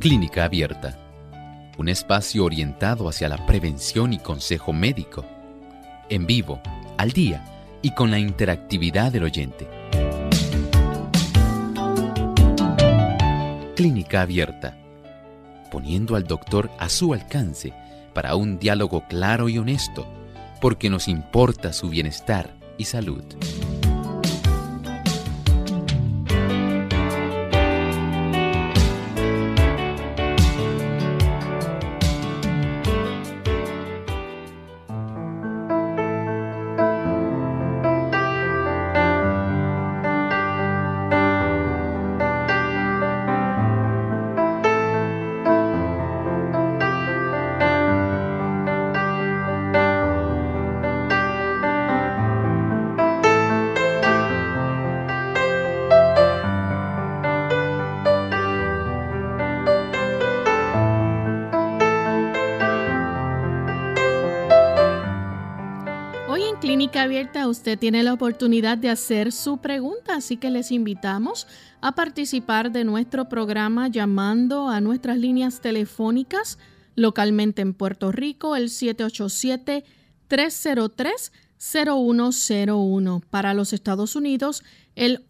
Clínica Abierta, un espacio orientado hacia la prevención y consejo médico, en vivo, al día y con la interactividad del oyente. Clínica Abierta, poniendo al doctor a su alcance para un diálogo claro y honesto, porque nos importa su bienestar y salud. Clínica Abierta, usted tiene la oportunidad de hacer su pregunta, así que les invitamos a participar de nuestro programa llamando a nuestras líneas telefónicas localmente en Puerto Rico, el 787-303-0101. Para los Estados Unidos, el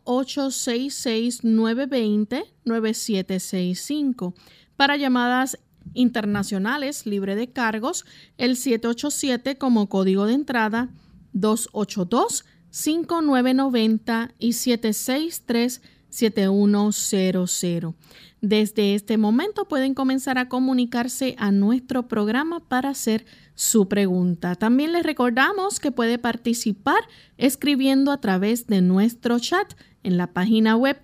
1-866-920-9765. Para llamadas internacionales libre de cargos, el 787 como código de entrada, 282-5990 y 763-7100. Desde este momento pueden comenzar a comunicarse a nuestro programa para hacer su pregunta. También les recordamos que puede participar escribiendo a través de nuestro chat en la página web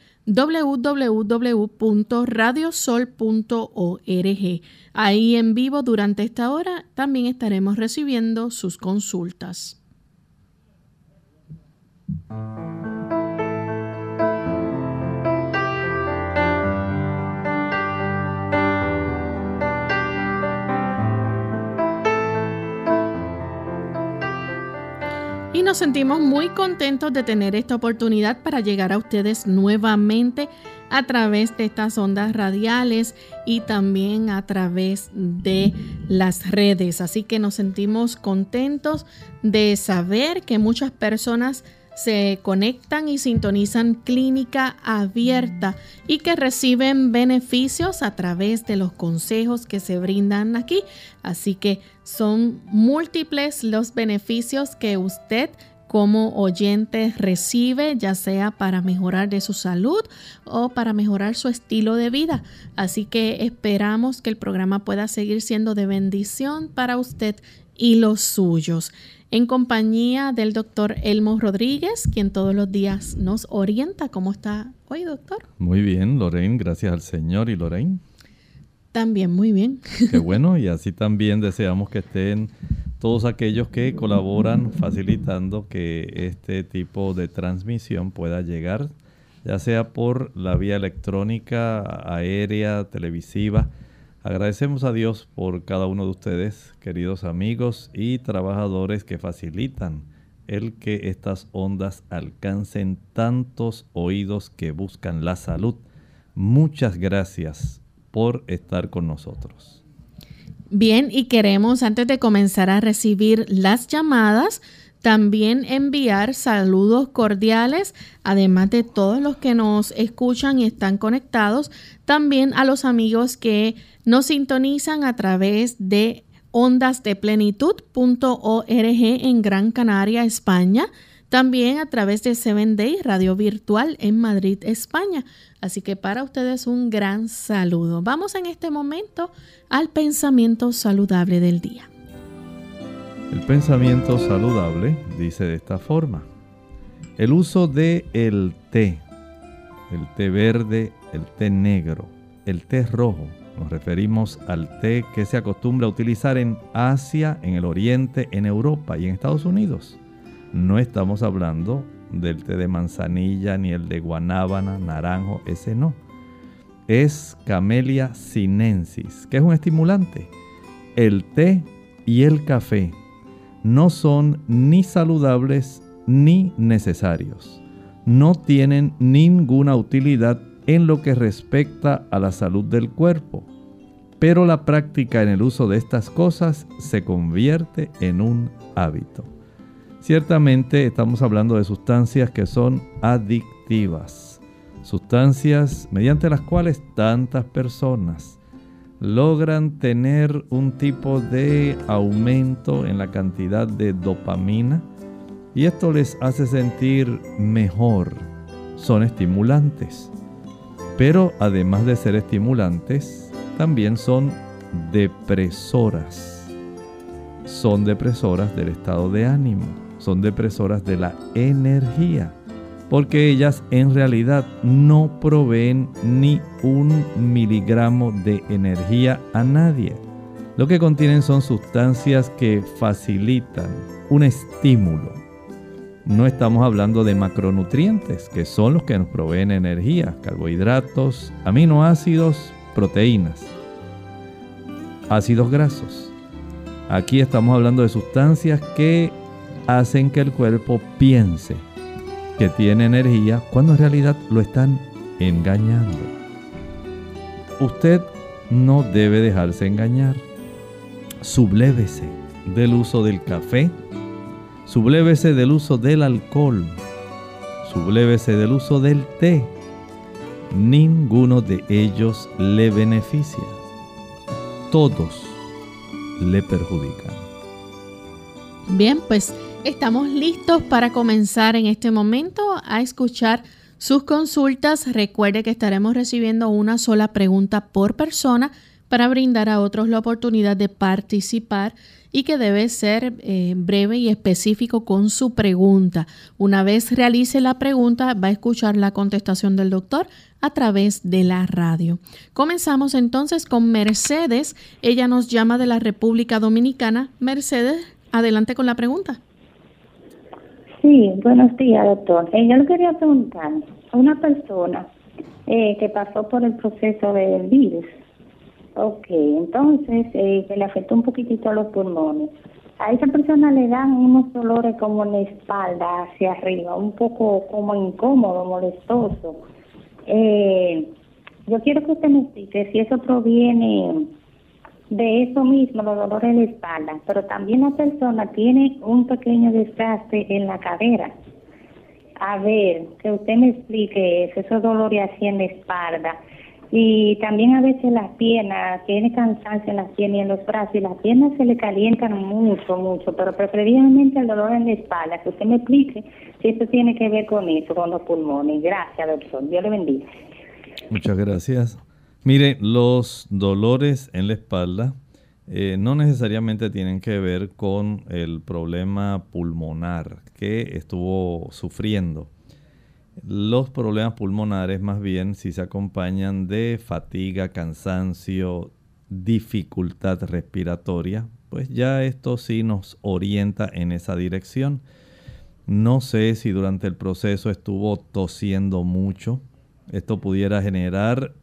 www.radiosol.org. Ahí en vivo durante esta hora también estaremos recibiendo sus consultas. Y nos sentimos muy contentos de tener esta oportunidad para llegar a ustedes nuevamente a través de estas ondas radiales y también a través de las redes. Así que nos sentimos contentos de saber que muchas personas se conectan y sintonizan Clínica Abierta y que reciben beneficios a través de los consejos que se brindan aquí. Así que son múltiples los beneficios que usted como oyente recibe, ya sea para mejorar de su salud o para mejorar su estilo de vida. Así que esperamos que el programa pueda seguir siendo de bendición para usted y los suyos. En compañía del doctor Elmo Rodríguez, quien todos los días nos orienta. ¿Cómo está hoy, doctor? Muy bien, Lorraine, gracias al Señor. ¿Y Lorraine? También muy bien. Qué bueno, y así también deseamos que estén todos aquellos que colaboran facilitando que este tipo de transmisión pueda llegar, ya sea por la vía electrónica, aérea, televisiva. Agradecemos a Dios por cada uno de ustedes, queridos amigos y trabajadores que facilitan el que estas ondas alcancen tantos oídos que buscan la salud. Muchas gracias por estar con nosotros. Bien, y queremos, antes de comenzar a recibir las llamadas, también enviar saludos cordiales, además de todos los que nos escuchan y están conectados, también a los amigos que nos sintonizan a través de ondasdeplenitud.org en Gran Canaria, España, también a través de 7 Day Radio Virtual en Madrid, España. Así que para ustedes un gran saludo. Vamos en este momento al pensamiento saludable del día. El pensamiento saludable dice de esta forma: el uso de el té verde, el té negro, el té rojo. Nos referimos al té que se acostumbra a utilizar en Asia, en el Oriente, en Europa y en Estados Unidos. No estamos hablando del té de manzanilla ni el de guanábana, naranjo, ese no. Es Camellia sinensis, que es un estimulante. El té y el café no son ni saludables ni necesarios. No tienen ninguna utilidad en lo que respecta a la salud del cuerpo, pero la práctica en el uso de estas cosas se convierte en un hábito. Ciertamente estamos hablando de sustancias que son adictivas, sustancias mediante las cuales tantas personas logran tener un tipo de aumento en la cantidad de dopamina y esto les hace sentir mejor. Son estimulantes, pero además de ser estimulantes, también son depresoras. Son depresoras del estado de ánimo, son depresoras de la energía, porque ellas en realidad no proveen ni 1 miligramo de energía a nadie. Lo que contienen son sustancias que facilitan un estímulo. No estamos hablando de macronutrientes, que son los que nos proveen energía, carbohidratos, aminoácidos, proteínas, ácidos grasos. Aquí estamos hablando de sustancias que hacen que el cuerpo piense que tiene energía cuando en realidad lo están engañando. Usted no debe dejarse engañar. Sublévese del uso del café, sublévese del uso del alcohol, sublévese del uso del té. Ninguno de ellos le beneficia. Todos le perjudican. Bien, pues estamos listos para comenzar en este momento a escuchar sus consultas. Recuerde que estaremos recibiendo una sola pregunta por persona para brindar a otros la oportunidad de participar y que debe ser breve y específico con su pregunta. Una vez realice la pregunta, va a escuchar la contestación del doctor a través de la radio. Comenzamos entonces con Mercedes. Ella nos llama de la República Dominicana. Mercedes, adelante con la pregunta. Sí, buenos días, doctor. Yo le quería preguntar a una persona que pasó por el proceso del virus. Ok, entonces que le afectó un poquitito a los pulmones. A esa persona le dan unos dolores como en la espalda, hacia arriba, un poco como incómodo, molestoso. Yo quiero que usted me explique si eso proviene de eso mismo, los dolores de la espalda, pero también la persona tiene un pequeño desgaste en la cadera. A ver, que usted me explique eso, esos dolores así en la espalda. Y también a veces las piernas, tiene cansancio en las piernas y en los brazos, y las piernas se le calientan mucho, pero preferiblemente el dolor en la espalda. Que usted me explique si eso tiene que ver con eso, con los pulmones. Gracias, doctor. Dios le bendiga. Muchas gracias. Mire, los dolores en la espalda no necesariamente tienen que ver con el problema pulmonar que estuvo sufriendo. Los problemas pulmonares más bien si se acompañan de fatiga, cansancio, dificultad respiratoria, pues ya esto sí nos orienta en esa dirección. No sé si durante el proceso estuvo tosiendo mucho. Esto pudiera generar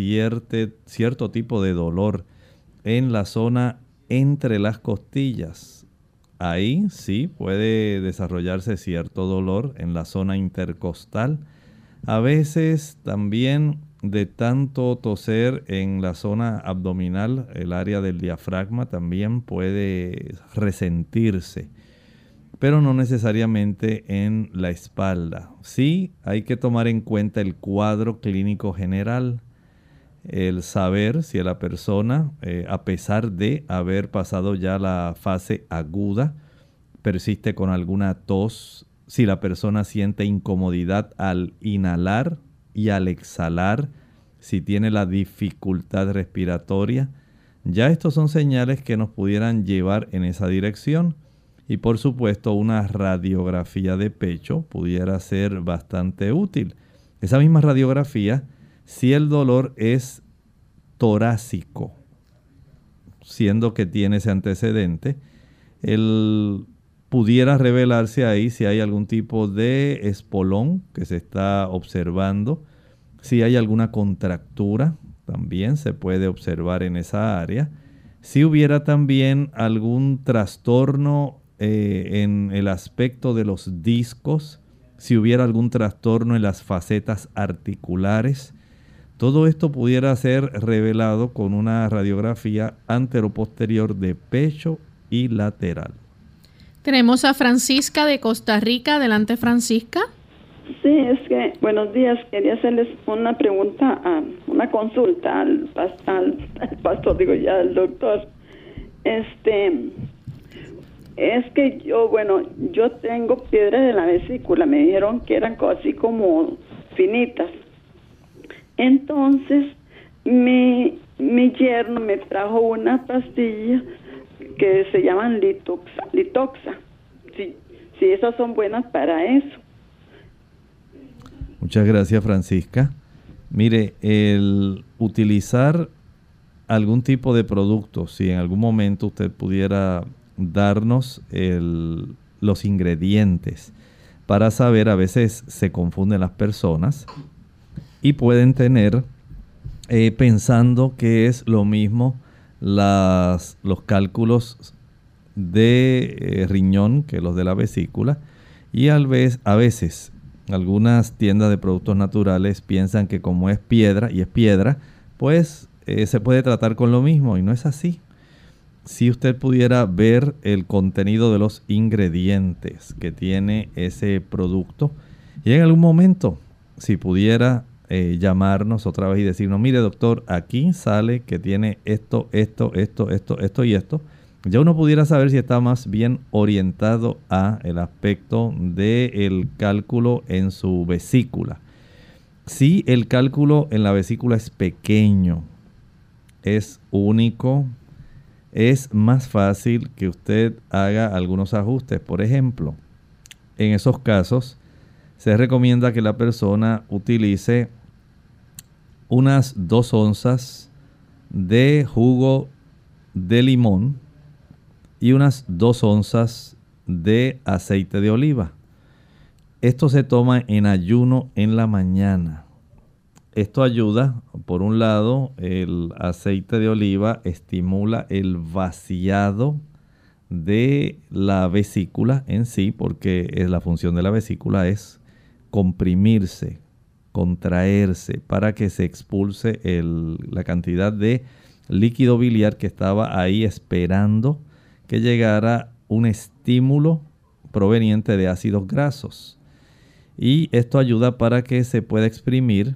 cierto tipo de dolor en la zona entre las costillas. Ahí sí puede desarrollarse cierto dolor en la zona intercostal. A veces también de tanto toser en la zona abdominal, el área del diafragma también puede resentirse, pero no necesariamente en la espalda. Sí hay que tomar en cuenta el cuadro clínico general, el saber si a la persona, a pesar de haber pasado ya la fase aguda, persiste con alguna tos, si la persona siente incomodidad al inhalar y al exhalar, si tiene la dificultad respiratoria. Ya estos son señales que nos pudieran llevar en esa dirección. Y por supuesto una radiografía de pecho pudiera ser bastante útil. Esa misma radiografía, si el dolor es torácico, siendo que tiene ese antecedente, pudiera revelarse ahí si hay algún tipo de espolón que se está observando, si hay alguna contractura, también se puede observar en esa área. Si hubiera también algún trastorno en el aspecto de los discos, si hubiera algún trastorno en las facetas articulares, Todo esto pudiera ser revelado con una radiografía anteroposterior de pecho y lateral. Tenemos a Francisca de Costa Rica. Adelante, Francisca. Sí, es que, buenos días, quería hacerles una pregunta, una consulta al pastor, digo ya, al doctor. Es que yo tengo piedras en la vesícula, me dijeron que eran así como finitas. Entonces, mi yerno me trajo una pastilla que se llaman Litoxa. Si esas son buenas para eso. Muchas gracias, Francisca. Mire, el utilizar algún tipo de producto, si en algún momento usted pudiera darnos los ingredientes para saber, a veces se confunden las personas y pueden tener pensando que es lo mismo los cálculos de riñón que los de la vesícula, y a veces algunas tiendas de productos naturales piensan que como es piedra, pues se puede tratar con lo mismo, y no es así. Si usted pudiera ver el contenido de los ingredientes que tiene ese producto, y en algún momento, si pudiera llamarnos otra vez y decirnos, mire doctor, aquí sale que tiene esto y esto, ya uno pudiera saber si está más bien orientado a el aspecto del cálculo en su vesícula. Si el cálculo en la vesícula es pequeño, es único, es más fácil que usted haga algunos ajustes. Por ejemplo, en esos casos se recomienda que la persona utilice unas 2 onzas de jugo de limón y unas 2 onzas de aceite de oliva. Esto se toma en ayuno en la mañana. Esto ayuda, por un lado, el aceite de oliva estimula el vaciado de la vesícula en sí, porque la función de la vesícula es comprimirse, contraerse, para que se expulse la cantidad de líquido biliar que estaba ahí esperando que llegara un estímulo proveniente de ácidos grasos. Y esto ayuda para que se pueda exprimir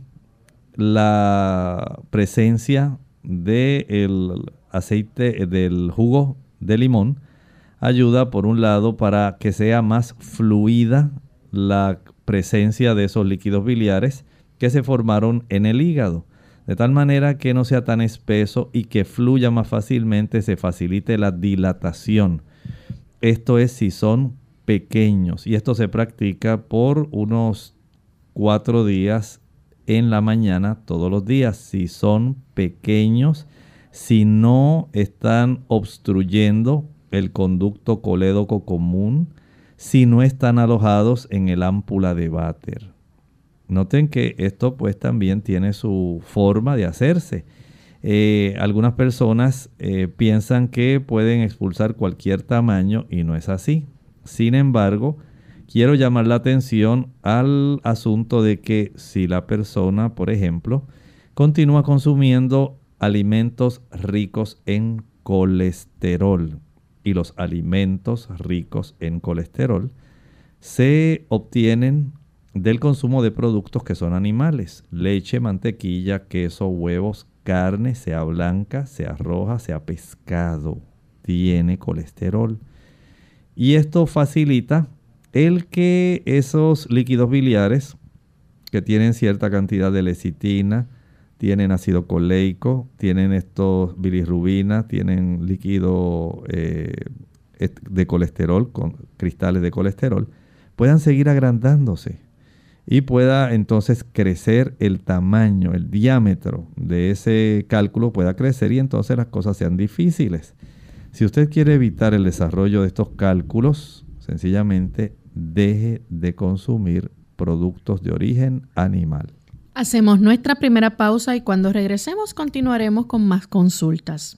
la presencia del aceite, del jugo de limón. Ayuda, por un lado, para que sea más fluida la presencia de esos líquidos biliares que se formaron en el hígado, de tal manera que no sea tan espeso y que fluya más fácilmente, se facilite la dilatación. Esto es si son pequeños, y esto se practica por unos 4 días en la mañana todos los días. Si son pequeños, si no están obstruyendo el conducto colédoco común, si no están alojados en el ámpula de váter. Noten que esto pues también tiene su forma de hacerse. Algunas personas piensan que pueden expulsar cualquier tamaño y no es así. Sin embargo, quiero llamar la atención al asunto de que si la persona, por ejemplo, continúa consumiendo alimentos ricos en colesterol, y los alimentos ricos en colesterol se obtienen del consumo de productos que son animales: leche, mantequilla, queso, huevos, carne, sea blanca, sea roja, sea pescado, tiene colesterol. Y esto facilita el que esos líquidos biliares, que tienen cierta cantidad de lecitina, tienen ácido coleico, tienen estos bilirrubina, tienen líquido de colesterol, con cristales de colesterol, puedan seguir agrandándose y pueda entonces crecer el tamaño, el diámetro de ese cálculo pueda crecer, y entonces las cosas sean difíciles. Si usted quiere evitar el desarrollo de estos cálculos, sencillamente deje de consumir productos de origen animal. Hacemos nuestra primera pausa y cuando regresemos continuaremos con más consultas.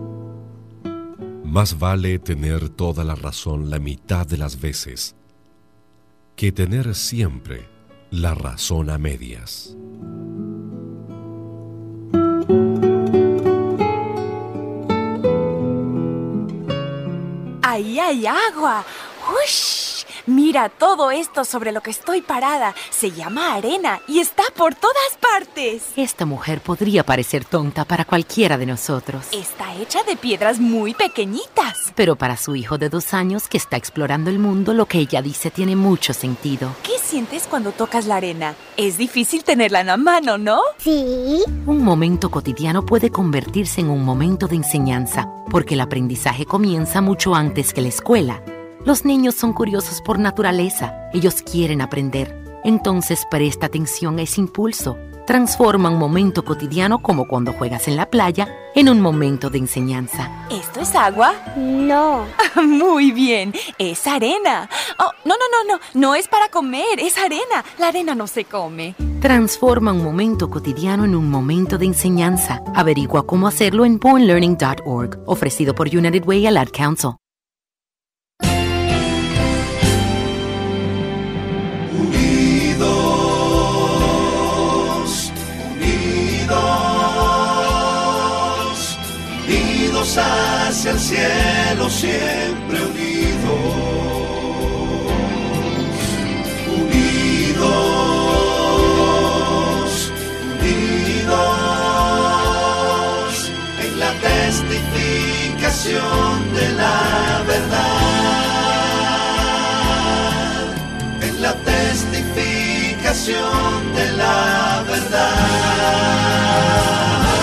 Más vale tener toda la razón la mitad de las veces que tener siempre la razón a medias. ¡Ahí hay agua! ¡Ush! Mira todo esto sobre lo que estoy parada. Se llama arena y está por todas partes. Esta mujer podría parecer tonta para cualquiera de nosotros. Está hecha de piedras muy pequeñitas. Pero para su hijo de 2 años que está explorando el mundo, lo que ella dice tiene mucho sentido. ¿Qué sientes cuando tocas la arena? Es difícil tenerla en la mano, ¿no? Sí. Un momento cotidiano puede convertirse en un momento de enseñanza, porque el aprendizaje comienza mucho antes que la escuela. Los niños son curiosos por naturaleza. Ellos quieren aprender. Entonces presta atención a ese impulso. Transforma un momento cotidiano, como cuando juegas en la playa, en un momento de enseñanza. ¿Esto es agua? No. Muy bien, es arena. Oh, no es para comer, es arena. La arena no se come. Transforma un momento cotidiano en un momento de enseñanza. Averigua cómo hacerlo en bornlearning.org, ofrecido por United Way and Ad Council. Unidos hacia el cielo, siempre unidos, unidos, unidos, en la testificación de la verdad, en la testificación de la verdad.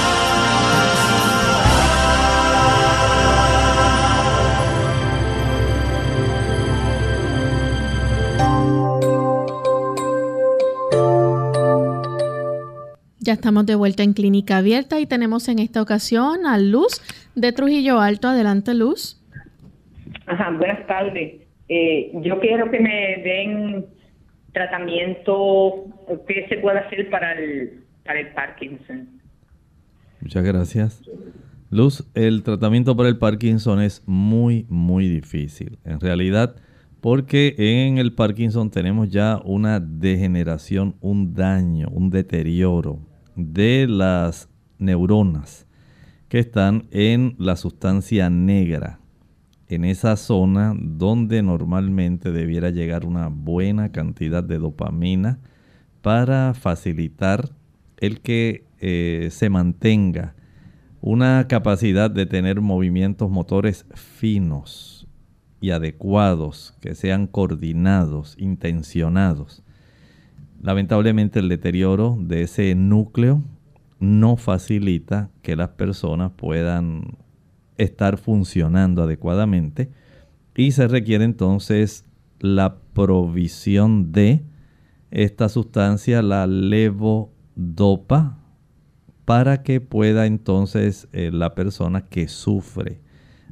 Ya estamos de vuelta en Clínica Abierta y tenemos en esta ocasión a Luz de Trujillo Alto. Adelante, Luz. Ajá, buenas tardes. Yo quiero que me den tratamiento, ¿qué se puede hacer para el Parkinson? Muchas gracias. Luz, el tratamiento para el Parkinson es muy, muy difícil. En realidad, porque en el Parkinson tenemos ya una degeneración, un daño, un deterioro de las neuronas que están en la sustancia negra, en esa zona donde normalmente debiera llegar una buena cantidad de dopamina para facilitar el que se mantenga una capacidad de tener movimientos motores finos y adecuados, que sean coordinados, intencionados. Lamentablemente el deterioro de ese núcleo no facilita que las personas puedan estar funcionando adecuadamente y se requiere entonces la provisión de esta sustancia, la levodopa, para que pueda entonces la persona que sufre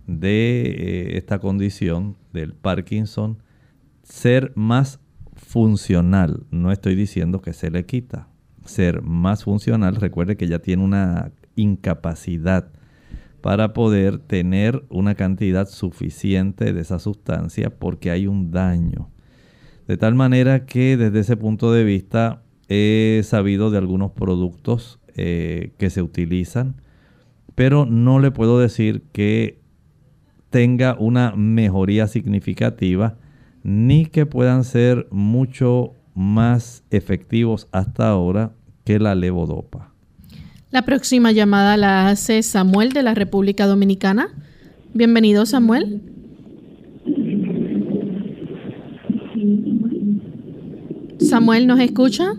de esta condición del Parkinson ser más funcional. No estoy diciendo que se le quita. Ser más funcional, recuerde que ya tiene una incapacidad para poder tener una cantidad suficiente de esa sustancia porque hay un daño. De tal manera que desde ese punto de vista he sabido de algunos productos que se utilizan, pero no le puedo decir que tenga una mejoría significativa ni que puedan ser mucho más efectivos hasta ahora que la levodopa. La próxima llamada la hace Samuel de la República Dominicana. Bienvenido, Samuel. Samuel, ¿nos escucha?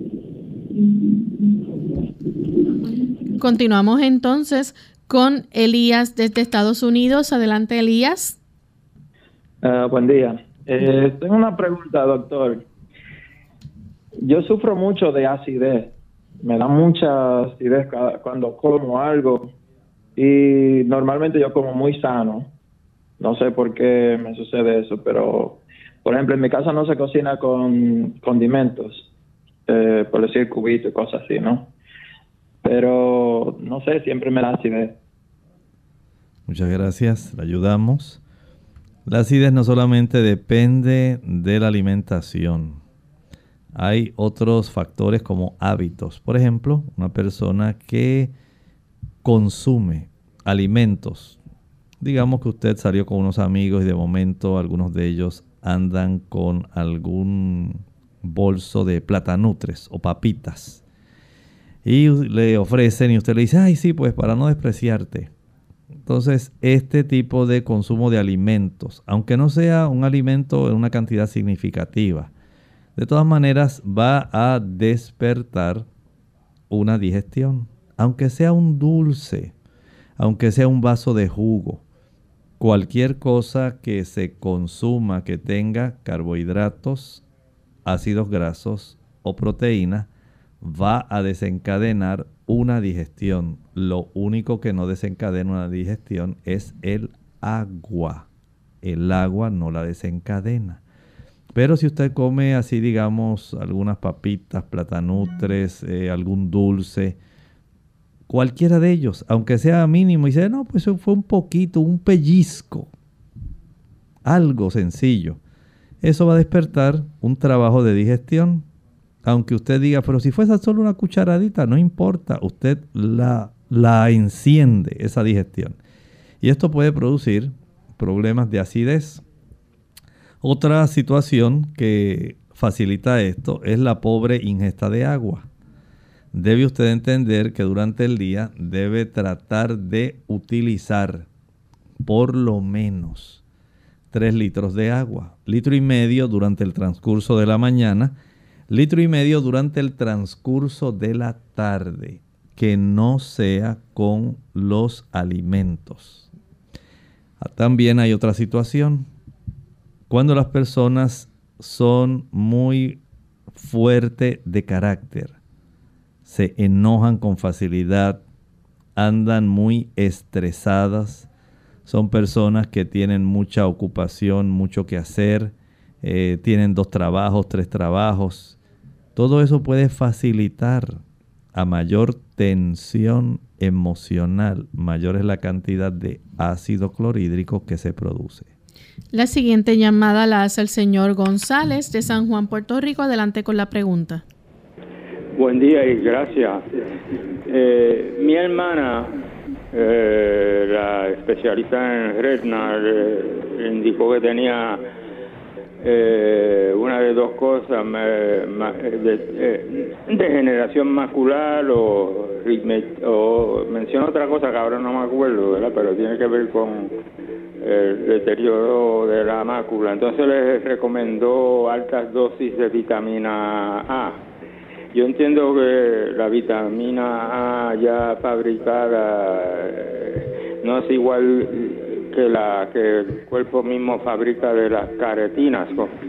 Continuamos entonces con Elías desde Estados Unidos. Adelante, Elías. Buen día. Tengo una pregunta, doctor. Yo sufro mucho de acidez. Me da mucha acidez cuando como algo. Y normalmente yo como muy sano. No sé por qué me sucede eso, pero, por ejemplo, en mi casa no se cocina con condimentos. Por decir cubito y cosas así, ¿no? Pero, no sé, siempre me da acidez. Muchas gracias. Le ayudamos. La acidez no solamente depende de la alimentación. Hay otros factores como hábitos. Por ejemplo, una persona que consume alimentos. Digamos que usted salió con unos amigos y de momento algunos de ellos andan con algún bolso de platanutres o papitas. Y le ofrecen y usted le dice, ay sí, pues para no despreciarte. Entonces, este tipo de consumo de alimentos, aunque no sea un alimento en una cantidad significativa, de todas maneras va a despertar una digestión. Aunque sea un dulce, aunque sea un vaso de jugo, cualquier cosa que se consuma que tenga carbohidratos, ácidos grasos o proteínas, va a desencadenar una digestión. Lo único que no desencadena una digestión es el agua. El agua no la desencadena. Pero si usted come así, digamos, algunas papitas, platanutres, algún dulce, cualquiera de ellos, aunque sea mínimo, y dice, no, pues eso fue un poquito, un pellizco, algo sencillo, eso va a despertar un trabajo de digestión. Aunque usted diga, pero si fuese solo una cucharadita, no importa, usted la enciende, esa digestión. Y esto puede producir problemas de acidez. Otra situación que facilita esto es la pobre ingesta de agua. Debe usted entender que durante el día debe tratar de utilizar por lo menos 3 litros de agua. 1,5 litros durante el transcurso de la mañana, 1,5 litros durante el transcurso de la tarde, que no sea con los alimentos. También hay otra situación. Cuando las personas son muy fuertes de carácter, se enojan con facilidad, andan muy estresadas, son personas que tienen mucha ocupación, mucho que hacer, tienen 2 trabajos, 3 trabajos. Todo eso puede facilitar a mayor tensión emocional, mayor es la cantidad de ácido clorhídrico que se produce. La siguiente llamada la hace el señor González de San Juan, Puerto Rico. Adelante con la pregunta. Buen día y gracias. Mi hermana, la especialista en retina, indicó que tenía una de 2 cosas, degeneración macular o mencionó otra cosa que ahora no me acuerdo, ¿verdad? Pero tiene que ver con el deterioro de la mácula. Entonces les recomendó altas dosis de vitamina A. Yo entiendo que la vitamina A ya fabricada no es igual que la que el cuerpo mismo fabrica de las caretinas.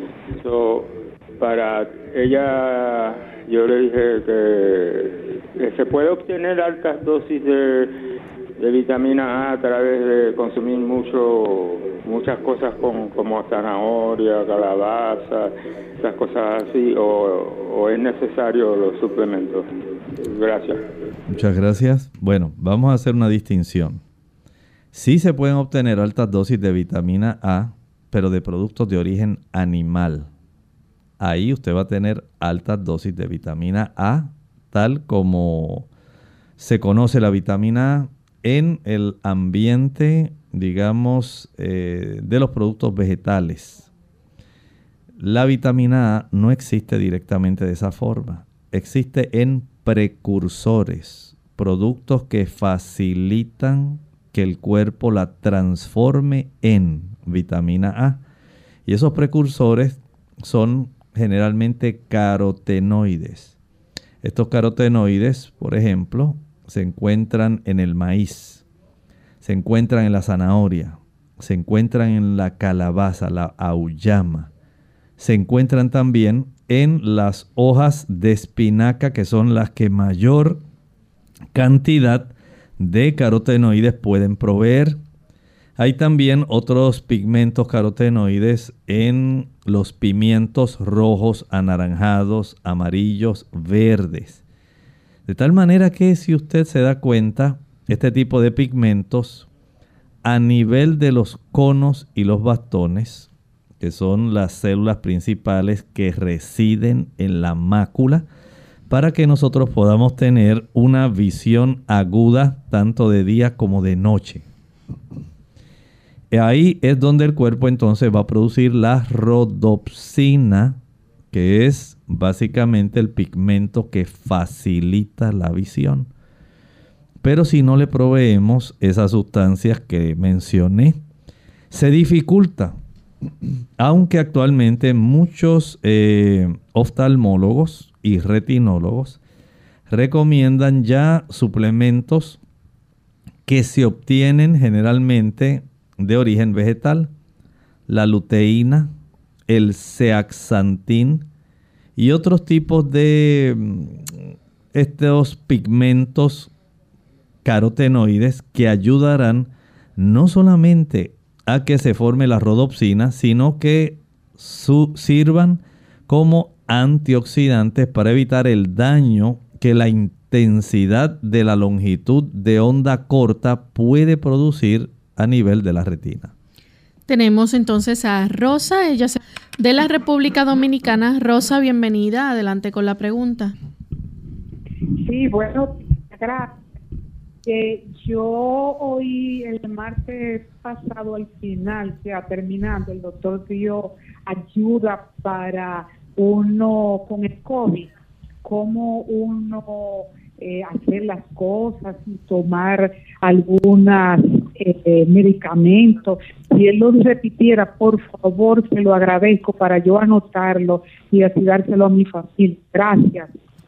Para ella, yo le dije que se puede obtener altas dosis de vitamina A través de consumir muchas cosas como zanahoria, calabaza, esas cosas así, o es necesario los suplementos. Gracias. Muchas gracias. Bueno, vamos a hacer una distinción. Sí se pueden obtener altas dosis de vitamina A, pero de productos de origen animal. Ahí usted va a tener altas dosis de vitamina A, tal como se conoce la vitamina A en el ambiente, digamos, de los productos vegetales. La vitamina A no existe directamente de esa forma. Existe en precursores, productos que facilitan que el cuerpo la transforme en vitamina A. Y esos precursores son generalmente carotenoides. Estos carotenoides, por ejemplo, se encuentran en el maíz, se encuentran en la zanahoria, se encuentran en la calabaza, la auyama, se encuentran también en las hojas de espinaca, que son las que mayor cantidad de carotenoides pueden proveer. Hay también otros pigmentos carotenoides en los pimientos rojos, anaranjados, amarillos, verdes. De tal manera que si usted se da cuenta, este tipo de pigmentos a nivel de los conos y los bastones, que son las células principales que residen en la mácula, para que nosotros podamos tener una visión aguda tanto de día como de noche. Ahí es donde el cuerpo entonces va a producir la rodopsina, que es básicamente el pigmento que facilita la visión. Pero si no le proveemos esas sustancias que mencioné, se dificulta. Aunque actualmente muchos oftalmólogos y retinólogos recomiendan ya suplementos que se obtienen generalmente de origen vegetal, la luteína, el zeaxantín y otros tipos de estos pigmentos carotenoides que ayudarán no solamente a que se forme la rodopsina, sino que sirvan como antioxidantes para evitar el daño que la intensidad de la longitud de onda corta puede producir a nivel de la retina. Tenemos entonces a Rosa, ella es de la República Dominicana. Rosa, bienvenida, adelante con la pregunta. Sí, bueno, gracias. Yo oí el martes pasado al final, ya terminando, el doctor dio ayuda para uno con el COVID, cómo uno hacer las cosas y tomar algunos medicamentos. Si él lo repitiera, por favor, se lo agradezco para yo anotarlo y así dárselo a mi familia. Gracias.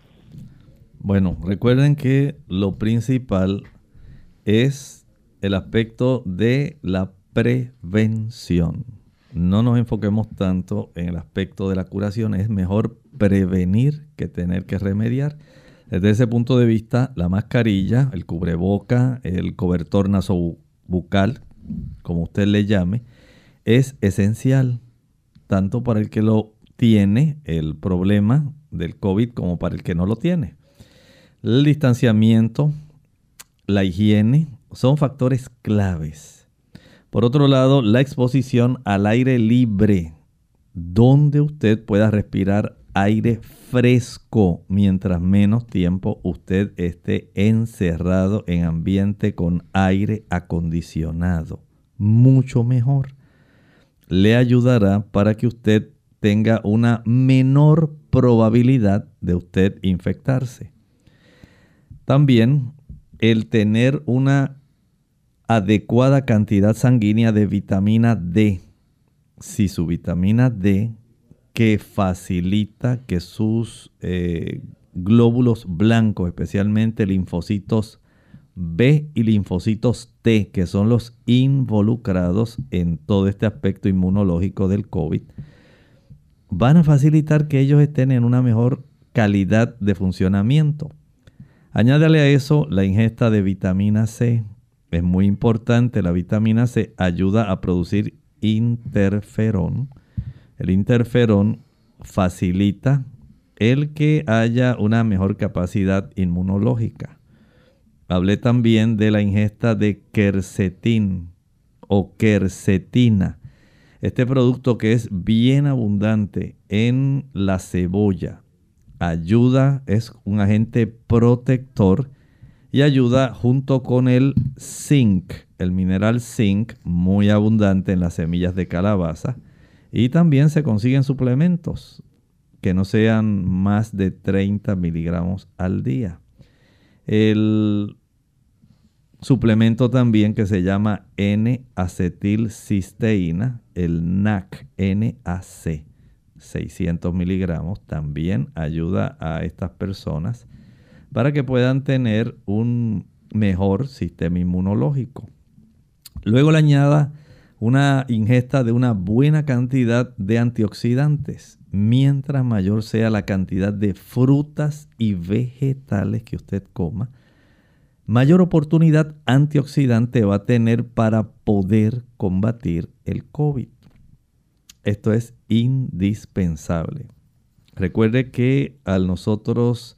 Bueno, recuerden que lo principal es el aspecto de la prevención. No nos enfoquemos tanto en el aspecto de la curación. Es mejor prevenir que tener que remediar. Desde ese punto de vista, la mascarilla, el cubreboca, el cobertor nasobucal, como usted le llame, es esencial tanto para el que lo tiene, el problema del COVID, como para el que no lo tiene. El distanciamiento, la higiene, son factores claves. Por otro lado, la exposición al aire libre, donde usted pueda respirar aire fresco mientras menos tiempo usted esté encerrado en ambiente con aire acondicionado. Mucho mejor. Le ayudará para que usted tenga una menor probabilidad de usted infectarse. También el tener una adecuada cantidad sanguínea de vitamina D. Si su vitamina D, que facilita que sus glóbulos blancos, especialmente linfocitos B y linfocitos T, que son los involucrados en todo este aspecto inmunológico del COVID, van a facilitar que ellos estén en una mejor calidad de funcionamiento. Añádale a eso la ingesta de vitamina C. Es muy importante. La vitamina C ayuda a producir interferón. El interferón facilita el que haya una mejor capacidad inmunológica. Hablé también de la ingesta de quercetín o quercetina. Este producto que es bien abundante en la cebolla. Ayuda, es un agente protector y ayuda junto con el zinc, el mineral zinc, muy abundante en las semillas de calabaza. Y también se consiguen suplementos que no sean más de 30 miligramos al día. El suplemento también que se llama N-acetilcisteína, el NAC, NAC, 600 miligramos, también ayuda a estas personas para que puedan tener un mejor sistema inmunológico. Luego le añada una ingesta de una buena cantidad de antioxidantes. Mientras mayor sea la cantidad de frutas y vegetales que usted coma, mayor oportunidad antioxidante va a tener para poder combatir el COVID. Esto es indispensable. Recuerde que al nosotros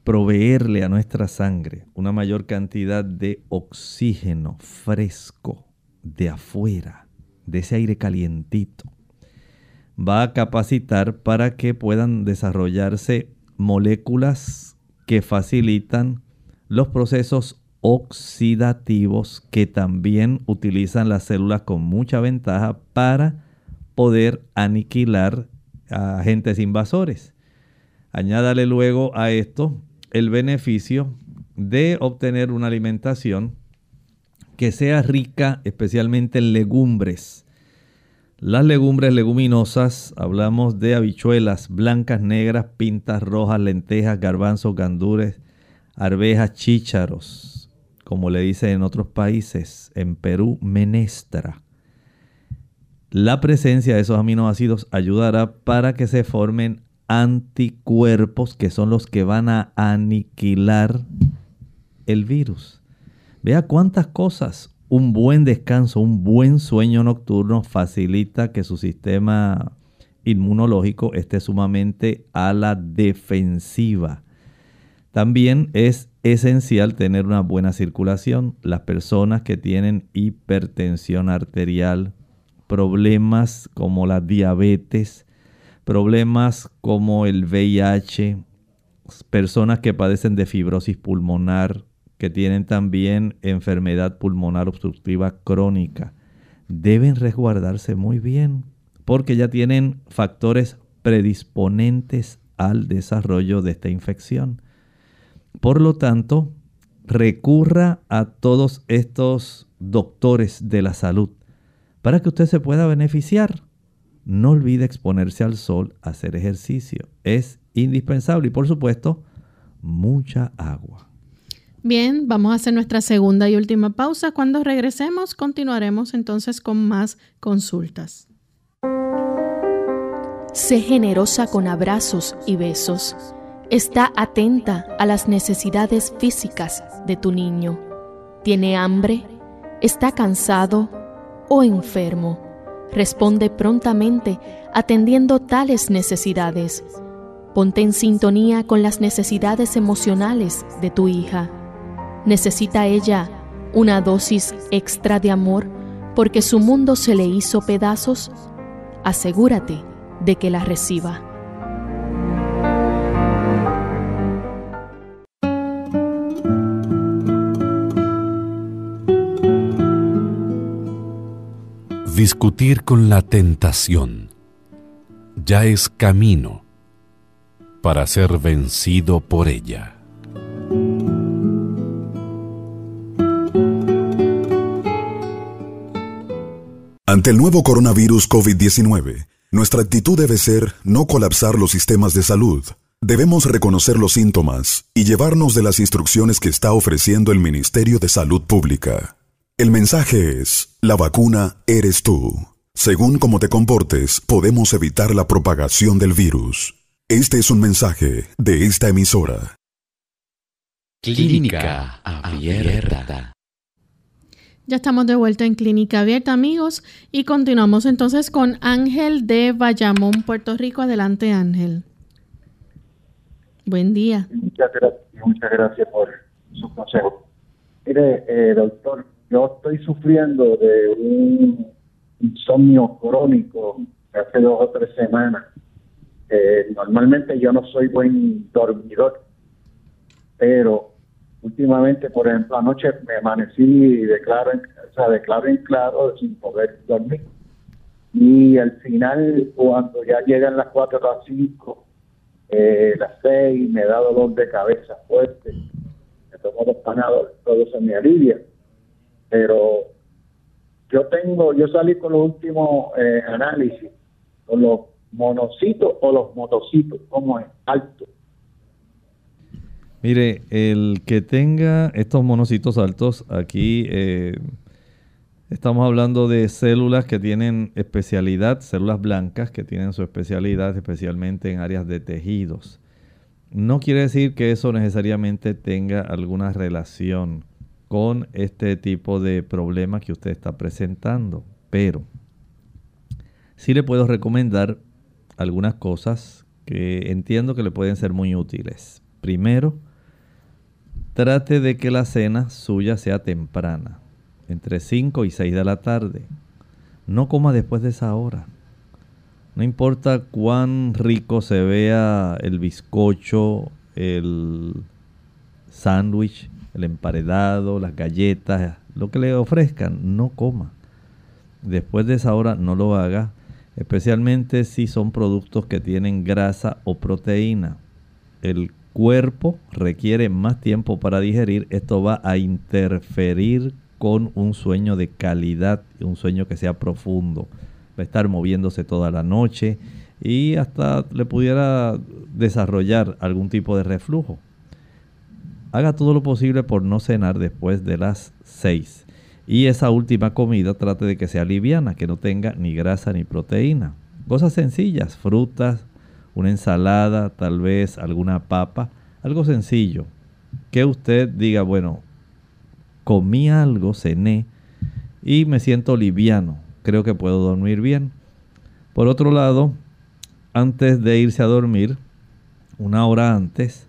proveerle a nuestra sangre una mayor cantidad de oxígeno fresco, de afuera, de ese aire calientito. Va a capacitar para que puedan desarrollarse moléculas que facilitan los procesos oxidativos que también utilizan las células con mucha ventaja para poder aniquilar a agentes invasores. Añádale luego a esto el beneficio de obtener una alimentación que sea rica especialmente en legumbres. Las legumbres leguminosas, hablamos de habichuelas blancas, negras, pintas, rojas, lentejas, garbanzos, gandules, arvejas, chícharos, como le dicen en otros países, en Perú, menestra. La presencia de esos aminoácidos ayudará para que se formen anticuerpos que son los que van a aniquilar el virus. Vea cuántas cosas. Un buen descanso, un buen sueño nocturno facilita que su sistema inmunológico esté sumamente a la defensiva. También es esencial tener una buena circulación. Las personas que tienen hipertensión arterial, problemas como la diabetes, problemas como el VIH, personas que padecen de fibrosis pulmonar, que tienen también enfermedad pulmonar obstructiva crónica, deben resguardarse muy bien porque ya tienen factores predisponentes al desarrollo de esta infección. Por lo tanto, recurra a todos estos doctores de la salud para que usted se pueda beneficiar. No olvide exponerse al sol, hacer ejercicio. Es indispensable y, por supuesto, mucha agua. Bien, vamos a hacer nuestra segunda y última pausa. Cuando regresemos, continuaremos entonces con más consultas. Sé generosa con abrazos y besos. Está atenta a las necesidades físicas de tu niño. ¿Tiene hambre? ¿Está cansado o enfermo? Responde prontamente atendiendo tales necesidades. Ponte en sintonía con las necesidades emocionales de tu hija. ¿Necesita ella una dosis extra de amor porque su mundo se le hizo pedazos? Asegúrate de que la reciba. Discutir con la tentación ya es camino para ser vencido por ella. Ante el nuevo coronavirus COVID-19, nuestra actitud debe ser no colapsar los sistemas de salud. Debemos reconocer los síntomas y llevarnos de las instrucciones que está ofreciendo el Ministerio de Salud Pública. El mensaje es, la vacuna eres tú. Según cómo te comportes, podemos evitar la propagación del virus. Este es un mensaje de esta emisora. Clínica Abierta. Ya estamos de vuelta en Clínica Abierta, amigos, y continuamos entonces con Ángel de Bayamón, Puerto Rico. Adelante, Ángel. Buen día. Muchas gracias por su consejo. Mire, doctor, yo estoy sufriendo de un insomnio crónico hace 2 o 3 semanas. Normalmente yo no soy buen dormidor, pero últimamente, por ejemplo, anoche me amanecí y declaro en claro sin poder dormir. Y al final, cuando ya llegan las 4 o las 5, las 6, me da dolor de cabeza fuerte. Me tomo los Panadol, todo se me alivia. Pero yo salí con los últimos análisis, con los monocitos o los motocitos, ¿cómo es? Alto. Mire, el que tenga estos monocitos altos, aquí estamos hablando de células que tienen especialidad, células blancas que tienen su especialidad especialmente en áreas de tejidos. No quiere decir que eso necesariamente tenga alguna relación con este tipo de problema que usted está presentando, pero sí le puedo recomendar algunas cosas que entiendo que le pueden ser muy útiles. Primero, trate de que la cena suya sea temprana. entre 5 y 6 de la tarde. No coma después de esa hora. No importa cuán rico se vea el bizcocho, el sándwich, el emparedado, las galletas, lo que le ofrezcan, no coma. Después de esa hora no lo haga, especialmente si son productos que tienen grasa o proteína. El cuerpo requiere más tiempo para digerir. Esto va a interferir con un sueño de calidad, un sueño que sea profundo. Va a estar moviéndose toda la noche y hasta le pudiera desarrollar algún tipo de reflujo. Haga todo lo posible por no cenar después de las 6. Y esa última comida trate de que sea liviana, que no tenga ni grasa ni proteína. Cosas sencillas, frutas, una ensalada, tal vez alguna papa, algo sencillo. Que usted diga, bueno, comí algo, cené y me siento liviano. Creo que puedo dormir bien. Por otro lado, antes de irse a dormir, una hora antes,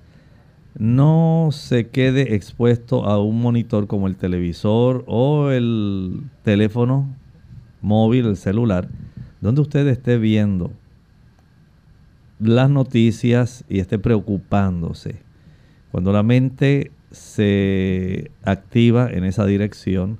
no se quede expuesto a un monitor como el televisor o el teléfono móvil, el celular, donde usted esté viendo las noticias y esté preocupándose. Cuando la mente se activa en esa dirección,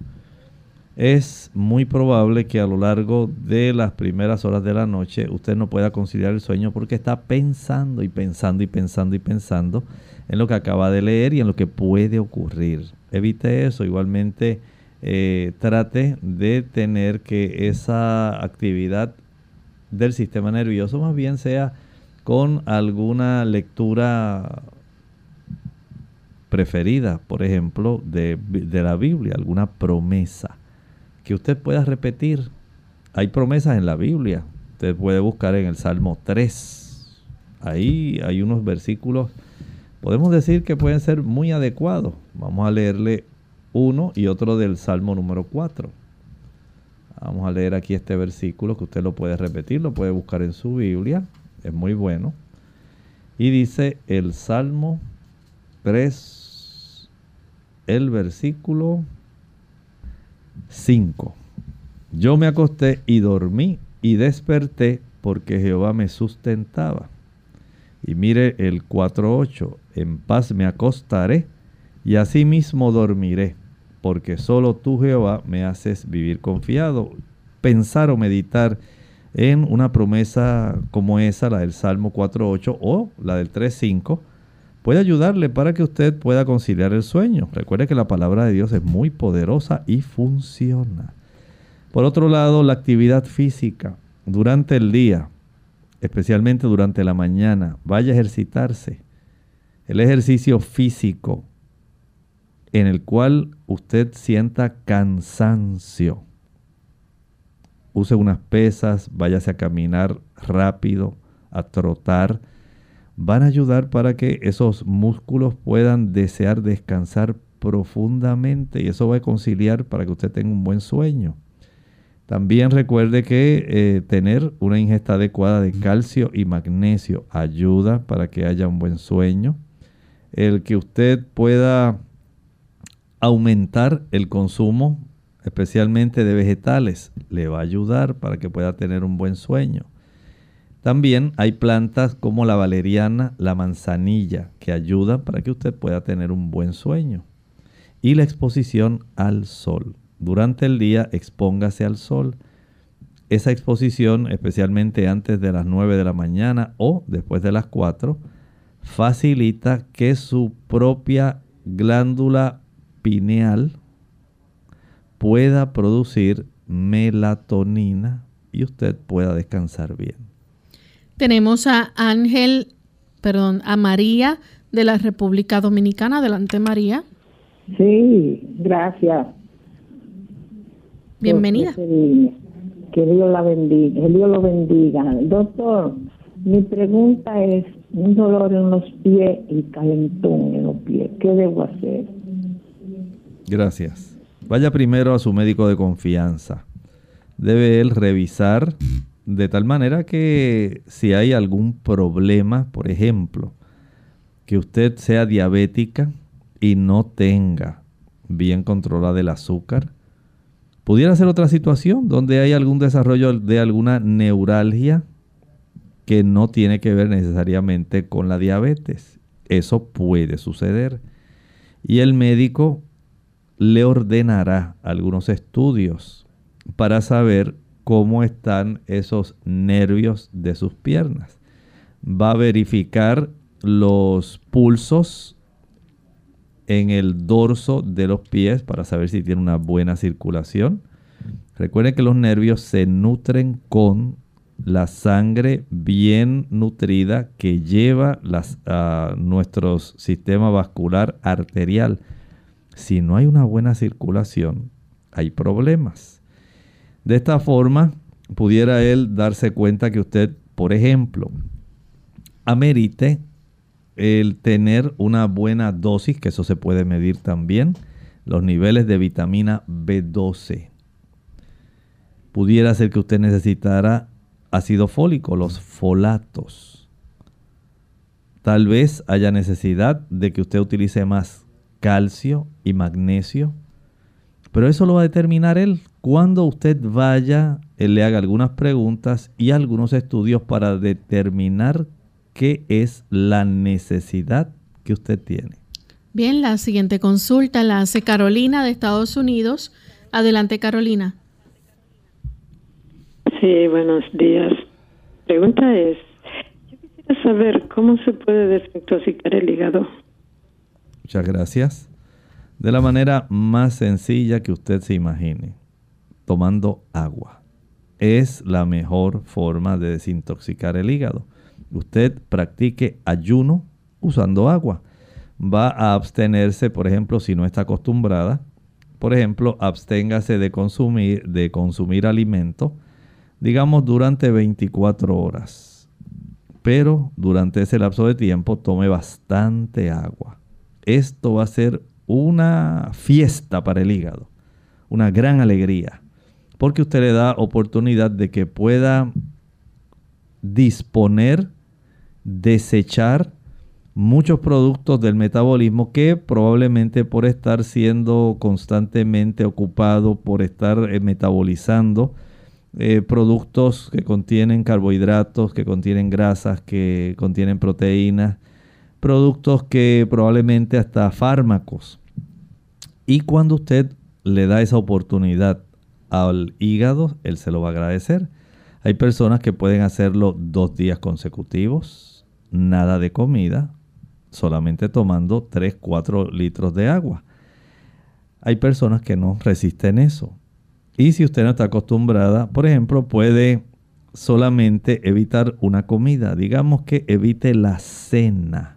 es muy probable que a lo largo de las primeras horas de la noche usted no pueda conciliar el sueño porque está pensando y pensando y pensando y pensando en lo que acaba de leer y en lo que puede ocurrir. Evite eso. Igualmente trate de tener que esa actividad del sistema nervioso más bien sea con alguna lectura preferida, por ejemplo, de la Biblia, alguna promesa que usted pueda repetir. Hay promesas en la Biblia. Usted puede buscar en el Salmo 3. Ahí hay unos versículos, podemos decir que pueden ser muy adecuados. Vamos a leerle uno y otro del Salmo número 4. Vamos a leer aquí este versículo que usted lo puede repetir, lo puede buscar en su Biblia. Es muy bueno. Y dice el Salmo 3, el versículo 5. Yo me acosté y dormí y desperté porque Jehová me sustentaba. Y mire el 4:8. En paz me acostaré y asimismo dormiré, porque solo tú, Jehová, me haces vivir confiado. Pensar o meditar en una promesa como esa, la del Salmo 4:8 o la del 3:5, puede ayudarle para que usted pueda conciliar el sueño. Recuerde que la palabra de Dios es muy poderosa y funciona. Por otro lado, la actividad física durante el día, especialmente durante la mañana, vaya a ejercitarse. El ejercicio físico en el cual usted sienta cansancio. Use unas pesas, váyase a caminar rápido, a trotar. Van a ayudar para que esos músculos puedan desear descansar profundamente y eso va a conciliar para que usted tenga un buen sueño. También recuerde que tener una ingesta adecuada de calcio y magnesio ayuda para que haya un buen sueño. El que usted pueda aumentar el consumo, especialmente de vegetales, le va a ayudar para que pueda tener un buen sueño. También hay plantas como la valeriana, la manzanilla, que ayudan para que usted pueda tener un buen sueño. Y la exposición al sol. Durante el día, expóngase al sol. Esa exposición, especialmente antes de las 9 de la mañana o después de las 4, facilita que su propia glándula pineal pueda producir melatonina y usted pueda descansar bien. Tenemos a María de la República Dominicana. Adelante, María. Sí, gracias. Bienvenida. Que Dios la bendiga, que Dios lo bendiga. Doctor, mi pregunta es un dolor en los pies y calentón en los pies. ¿Qué debo hacer? Gracias. Vaya primero a su médico de confianza. Debe él revisar de tal manera que si hay algún problema, por ejemplo, que usted sea diabética y no tenga bien controlada el azúcar, Pudiera ser otra situación donde hay algún desarrollo de alguna neuralgia que no tiene que ver necesariamente con la diabetes. Eso puede suceder. Y el médico le ordenará algunos estudios para saber cómo están esos nervios de sus piernas. Va a verificar los pulsos en el dorso de los pies para saber si tiene una buena circulación. Recuerden que los nervios se nutren con la sangre bien nutrida que lleva nuestro sistema vascular arterial. Si no hay una buena circulación, hay problemas. De esta forma, pudiera él darse cuenta que usted, por ejemplo, amerite el tener una buena dosis, que eso se puede medir también, los niveles de vitamina B12. Pudiera ser que usted necesitara ácido fólico, los folatos. Tal vez haya necesidad de que usted utilice más calcio y magnesio, pero eso lo va a determinar él. Cuando usted vaya, él le haga algunas preguntas y algunos estudios para determinar qué es la necesidad que usted tiene. Bien, la siguiente consulta la hace Carolina de Estados Unidos. Adelante, Carolina. Sí, buenos días. Pregunta es, yo quisiera saber cómo se puede desintoxicar el hígado. Muchas gracias. De la manera más sencilla que usted se imagine, tomando agua. Es la mejor forma de desintoxicar el hígado. Usted practique ayuno usando agua. Va a abstenerse, por ejemplo, si no está acostumbrada. Por ejemplo, absténgase de consumir alimento, digamos, durante 24 horas. Pero durante ese lapso de tiempo tome bastante agua. Esto va a ser una fiesta para el hígado, una gran alegría, porque usted le da oportunidad de que pueda disponer, desechar muchos productos del metabolismo que probablemente por estar siendo constantemente ocupado, por estar metabolizando productos que contienen carbohidratos, que contienen grasas, que contienen proteínas, productos que probablemente hasta fármacos. Y cuando usted le da esa oportunidad al hígado, él se lo va a agradecer. Hay personas que pueden hacerlo 2 días consecutivos, nada de comida, solamente tomando 3-4 litros de agua. Hay personas que no resisten eso. Y si usted no está acostumbrada, por ejemplo, puede solamente evitar una comida. Digamos que evite la cena.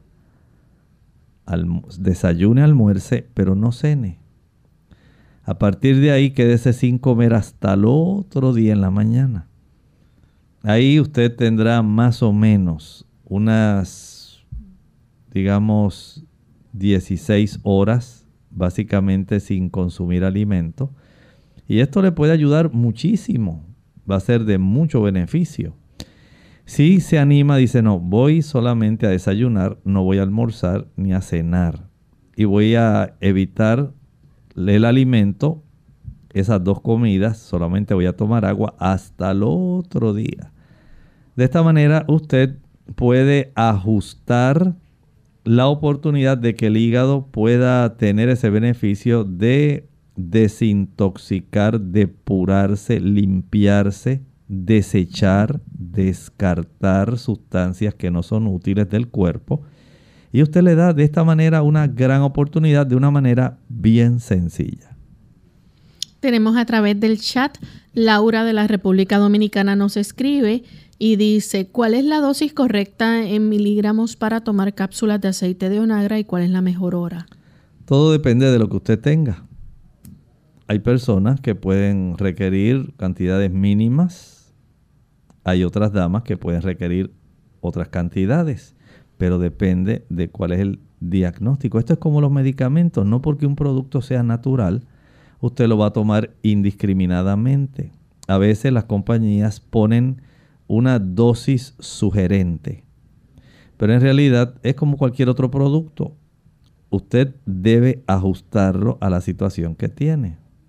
Desayune, almuerce, pero no cene. A partir de ahí, quédese sin comer hasta el otro día en la mañana. Ahí usted tendrá más o menos unas, digamos, 16 horas, básicamente sin consumir alimento. Y esto le puede ayudar muchísimo. Va a ser de mucho beneficio. Si se anima, dice, no, voy solamente a desayunar, no voy a almorzar ni a cenar. Y voy a evitar el alimento, esas 2 comidas, solamente voy a tomar agua hasta el otro día. De esta manera usted puede ajustar la oportunidad de que el hígado pueda tener ese beneficio de desintoxicar, depurarse, limpiarse, desechar, descartar sustancias que no son útiles del cuerpo. Y usted le da de esta manera una gran oportunidad de una manera bien sencilla. Tenemos a través del chat, Laura de la República Dominicana nos escribe y dice, ¿cuál es la dosis correcta en miligramos para tomar cápsulas de aceite de onagra y cuál es la mejor hora? Todo depende de lo que usted tenga. Hay personas que pueden requerir cantidades mínimas. Hay otras damas que pueden requerir otras cantidades. Pero depende de cuál es el diagnóstico. Esto es como los medicamentos. No porque un producto sea natural, usted lo va a tomar indiscriminadamente. A veces las compañías ponen una dosis sugerente. Pero en realidad es como cualquier otro producto. Usted debe ajustarlo a la situación que tiene.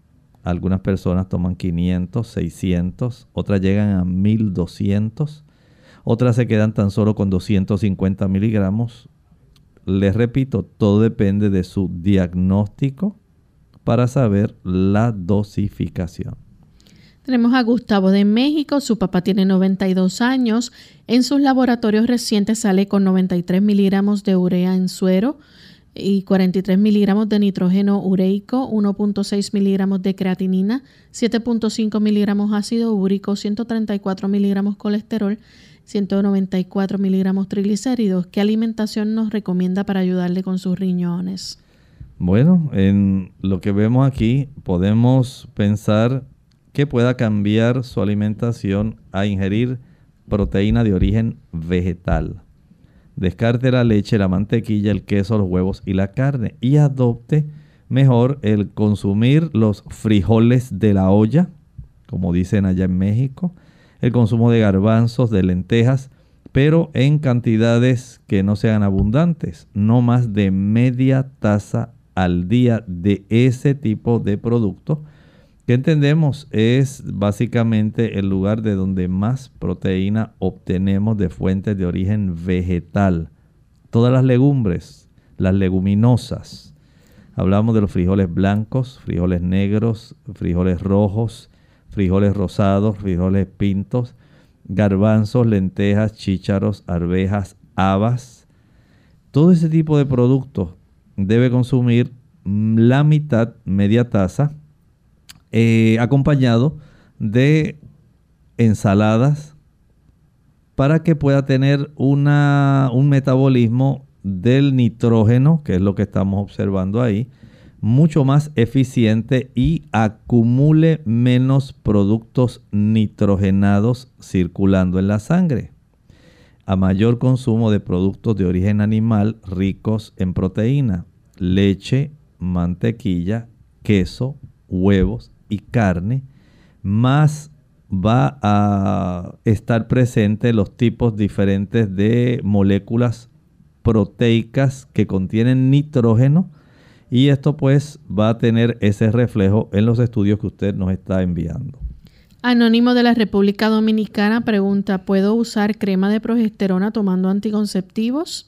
Algunas personas toman 500, 600, otras llegan a 1200, otras se quedan tan solo con 250 miligramos. Les repito, todo depende de su diagnóstico para saber la dosificación. Tenemos a Gustavo de México, su papá tiene 92 años. En sus laboratorios recientes sale con 93 miligramos de urea en suero y 43 miligramos de nitrógeno ureico, 1.6 miligramos de creatinina, 7.5 miligramos ácido úrico, 134 miligramos colesterol, 194 miligramos triglicéridos. ¿Qué alimentación nos recomienda para ayudarle con sus riñones? Bueno, en lo que vemos aquí podemos pensar que pueda cambiar su alimentación a ingerir proteína de origen vegetal. Descarte la leche, la mantequilla, el queso, los huevos y la carne. Y adopte mejor el consumir los frijoles de la olla, como dicen allá en México. El consumo de garbanzos, de lentejas, pero en cantidades que no sean abundantes. No más de media taza al día de ese tipo de producto, que entendemos es básicamente el lugar de donde más proteína obtenemos de fuentes de origen vegetal. Todas las legumbres, las leguminosas. Hablamos de los frijoles blancos, frijoles negros, frijoles rojos, frijoles rosados, frijoles pintos, garbanzos, lentejas, chícharos, arvejas, habas. Todo ese tipo de productos debe consumir la mitad, media taza, acompañado de ensaladas para que pueda tener un metabolismo del nitrógeno, que es lo que estamos observando ahí, mucho más eficiente y acumule menos productos nitrogenados circulando en la sangre. A mayor consumo de productos de origen animal ricos en proteína, leche, mantequilla, queso, huevos y carne, más va a estar presente los tipos diferentes de moléculas proteicas que contienen nitrógeno, y esto pues va a tener ese reflejo en los estudios que usted nos está enviando. Anónimo de la República Dominicana pregunta, ¿puedo usar crema de progesterona tomando anticonceptivos?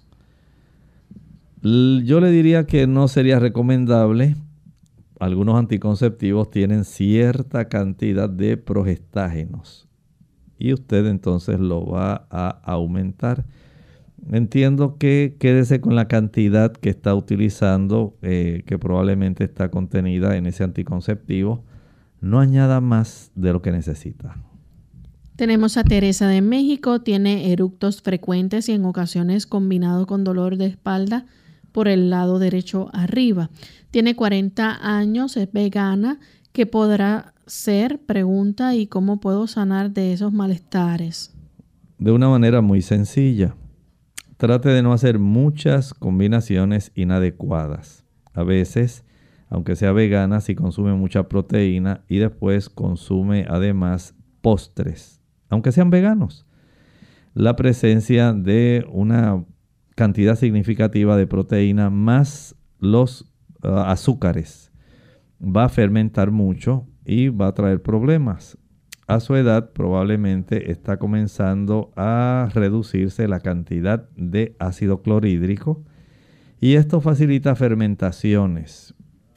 Yo le diría que no sería recomendable. Algunos anticonceptivos tienen cierta cantidad de progestágenos y usted entonces lo va a aumentar. Entiendo que quédese con la cantidad que está utilizando, que probablemente está contenida en ese anticonceptivo. No añada más de lo que necesita. Tenemos a Teresa de México, tiene eructos frecuentes y en ocasiones combinado con dolor de espalda por el lado derecho arriba. Tiene 40 años, es vegana. ¿Qué podrá ser? Pregunta, ¿y cómo puedo sanar de esos malestares? De una manera muy sencilla. Trate de no hacer muchas combinaciones inadecuadas. A veces, aunque sea vegana, si consume mucha proteína y después consume además postres, aunque sean veganos, la presencia de una cantidad significativa de proteína más los azúcares va a fermentar mucho y va a traer problemas. A su edad probablemente está comenzando a reducirse la cantidad de ácido clorhídrico y esto facilita fermentaciones.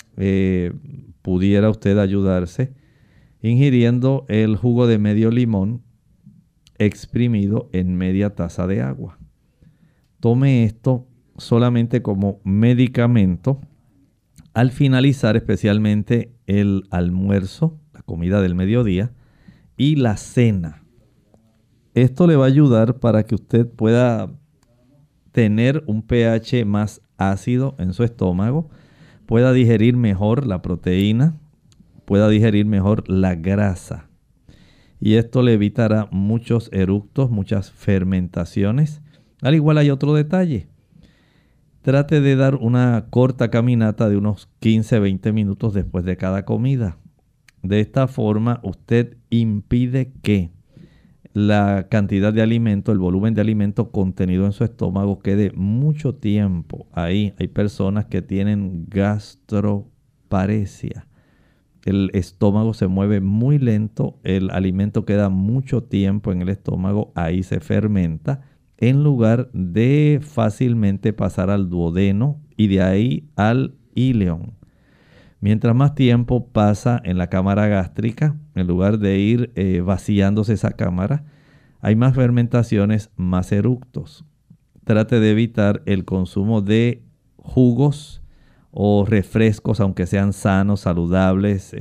Pudiera usted ayudarse ingiriendo el jugo de medio limón exprimido en media taza de agua. Tome esto solamente como medicamento al finalizar especialmente el almuerzo, la comida del mediodía y la cena. Esto le va a ayudar para que usted pueda tener un pH más ácido en su estómago, pueda digerir mejor la proteína, pueda digerir mejor la grasa. Y esto le evitará muchos eructos, muchas fermentaciones. Al igual hay otro detalle. Trate de dar una corta caminata de unos 15-20 minutos después de cada comida. De esta forma usted impide que la cantidad de alimento, el volumen de alimento contenido en su estómago quede mucho tiempo ahí. Hay personas que tienen gastroparesia. el estómago se mueve muy lento, el alimento queda mucho tiempo en el estómago, ahí se fermenta, en lugar de fácilmente pasar al duodeno y de ahí al íleon. Mientras más tiempo pasa en la cámara gástrica, en lugar de ir vaciándose esa cámara, hay más fermentaciones, más eructos. Trate de evitar el consumo de jugos o refrescos, aunque sean sanos, saludables,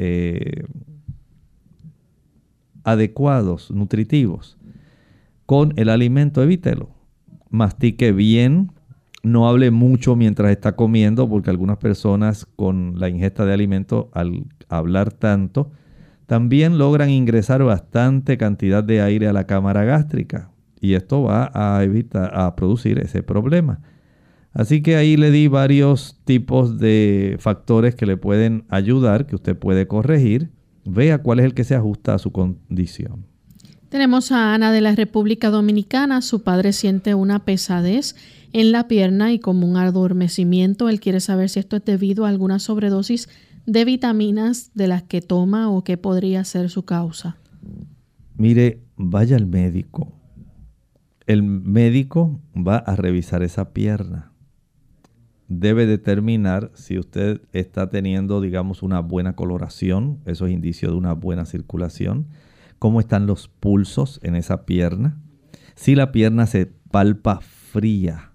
adecuados, nutritivos. Con el alimento, evítelo. Mastique bien. No hable mucho mientras está comiendo, porque algunas personas con la ingesta de alimento, al hablar tanto, también logran ingresar bastante cantidad de aire a la cámara gástrica. Y esto va a producir ese problema. Así que ahí le di varios tipos de factores que le pueden ayudar, que usted puede corregir. Vea cuál es el que se ajusta a su condición. Tenemos a Ana de la República Dominicana. Su padre siente una pesadez en la pierna y como un adormecimiento. Él quiere saber si esto es debido a alguna sobredosis de vitaminas de las que toma o qué podría ser su causa. Mire, vaya al médico. El médico va a revisar esa pierna. Debe determinar si usted está teniendo, digamos, una buena coloración. Eso es indicio de una buena circulación. Cómo están los pulsos en esa pierna. Si la pierna se palpa fría.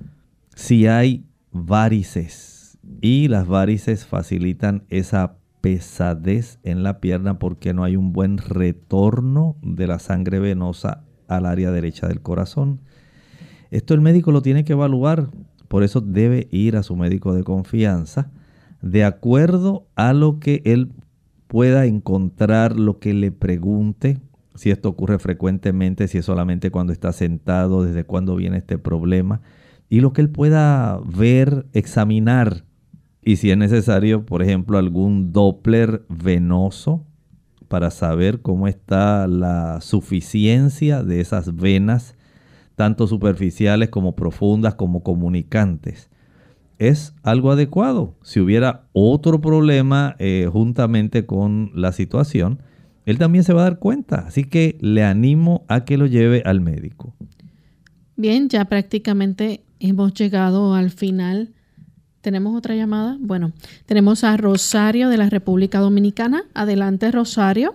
Si hay varices. Y las varices facilitan esa pesadez en la pierna porque no hay un buen retorno de la sangre venosa al área derecha del corazón. Esto el médico lo tiene que evaluar. Por eso debe ir a su médico de confianza de acuerdo a lo que él pueda encontrar, lo que le pregunte, si esto ocurre frecuentemente, si es solamente cuando está sentado, desde cuándo viene este problema, y lo que él pueda ver, examinar, y si es necesario, por ejemplo, algún Doppler venoso para saber cómo está la suficiencia de esas venas, tanto superficiales como profundas como comunicantes. Es algo adecuado. Si hubiera otro problema juntamente con la situación, él también se va a dar cuenta. Así que le animo a que lo lleve al médico. Bien, ya prácticamente hemos llegado al final. ¿Tenemos otra llamada? Bueno, tenemos a Rosario de la República Dominicana. Adelante, Rosario.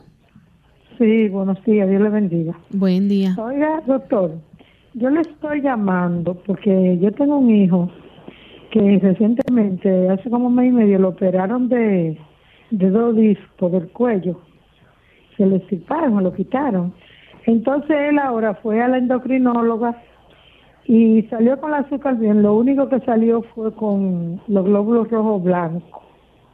Sí, buenos días, Dios le bendiga. Buen día. Oiga, doctor, yo le estoy llamando porque yo tengo un hijo que recientemente, hace como un mes y medio, lo operaron de 2 discos del cuello. Se le extirparon, me lo quitaron. Entonces él ahora fue a la endocrinóloga y salió con el azúcar bien. Lo único que salió fue con los glóbulos rojos blancos,